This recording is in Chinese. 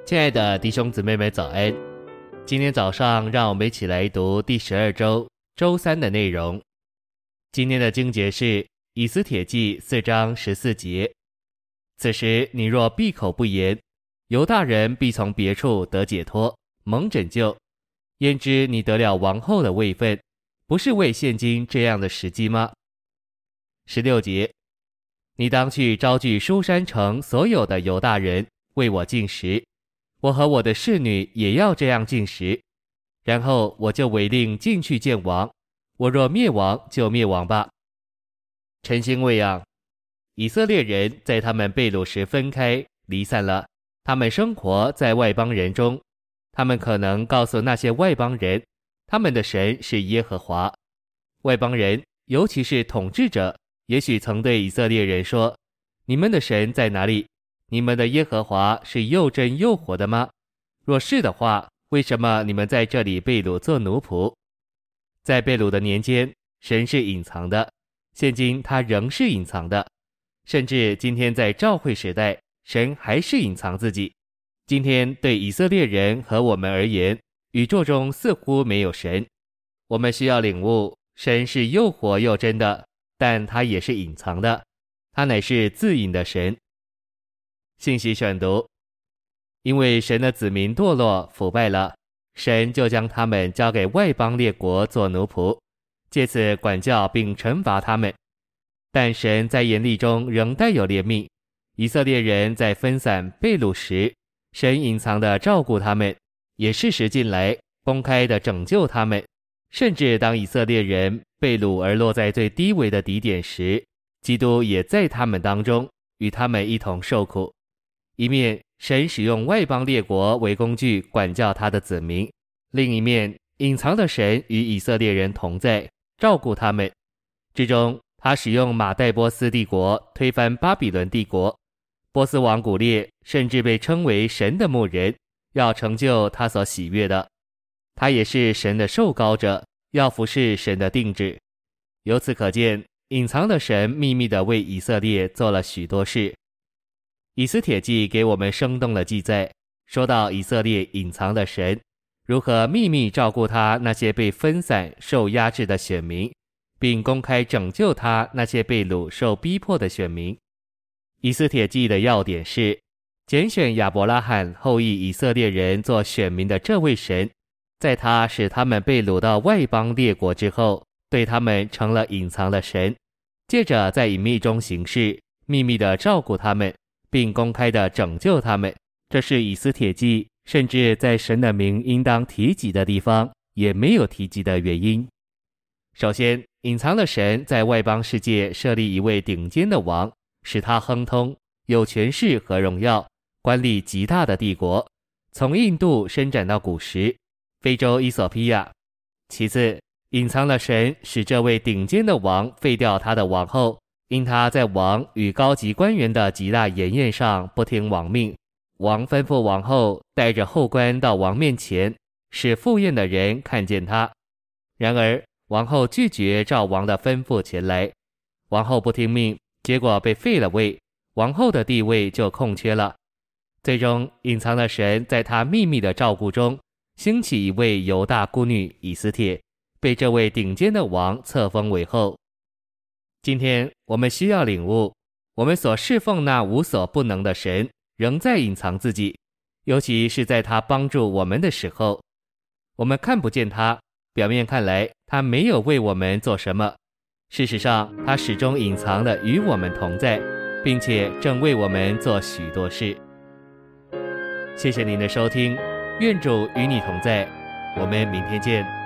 亲爱的弟兄姊妹们早安，今天早上让我们一起来读第12周周三的内容。今天的经节是以斯帖记4章14节，此时你若闭口不言，犹大人必从别处得解脱，蒙拯救。焉知你得了王后的位分，不是为现今这样的时机吗？16节，你当去招聚书珊城所有的犹大人，为我禁食，我和我的侍女也要这样禁食，然后我就委令进去见王，我若灭亡就灭亡吧。晨星未央，以色列人在他们被掳时分开离散了，他们生活在外邦人中，他们可能告诉那些外邦人，他们的神是耶和华。外邦人，尤其是统治者，也许曾对以色列人说，你们的神在哪里？你们的耶和华是又真又活的吗？若是的话，为什么你们在这里被掳做奴仆？在被掳的年间，神是隐藏的，现今他仍是隐藏的，甚至今天在召会时代，神还是隐藏自己。今天对以色列人和我们而言，宇宙中似乎没有神。我们需要领悟，神是又活又真的，但他也是隐藏的，他乃是自隐的神。信息选读，因为神的子民堕落腐败了，神就将他们交给外邦列国做奴仆，借此管教并惩罚他们。但神在严厉中仍带有怜悯，以色列人在分散被掳时，神隐藏地照顾他们，也适时进来公开地拯救他们。甚至当以色列人被掳而落在最低微的底点时，基督也在他们当中，与他们一同受苦。一面神使用外邦列国为工具管教他的子民，另一面隐藏的神与以色列人同在，照顾他们。之中他使用马代波斯帝国推翻巴比伦帝国，波斯王古列甚至被称为神的牧人，要成就他所喜悦的。他也是神的受膏者，要服侍神的定旨。由此可见，隐藏的神秘密地为以色列做了许多事。以斯帖记给我们生动的记载，说到以色列隐藏的神如何秘密照顾他那些被分散受压制的选民，并公开拯救他那些被掳受逼迫的选民。以斯帖记的要点是，拣选亚伯拉罕后裔以色列人做选民的这位神，在他使他们被掳到外邦列国之后，对他们成了隐藏的神，接着在隐秘中行事，秘密地照顾他们，并公开地拯救他们。这是以斯帖记甚至在神的名应当提及的地方也没有提及的原因。首先，隐藏的神在外邦世界设立一位顶尖的王，使他亨通，有权势和荣耀，管理极大的帝国，从印度伸展到古时，非洲伊索比亚。其次，隐藏的神使这位顶尖的王废掉他的王后，因他在王与高级官员的极大筵宴上不听王命，王吩咐王后带着后官到王面前，使赴宴的人看见他。然而王后拒绝照王的吩咐前来，王后不听命，结果被废了位，王后的地位就空缺了。最终，隐藏的神在他秘密的照顾中，兴起一位犹大孤女以斯帖，被这位顶尖的王册封为后。今天我们需要领悟，我们所侍奉那无所不能的神仍在隐藏自己，尤其是在他帮助我们的时候。我们看不见他，表面看来他没有为我们做什么，事实上他始终隐藏地与我们同在，并且正为我们做许多事。谢谢您的收听，愿主与你同在，我们明天见。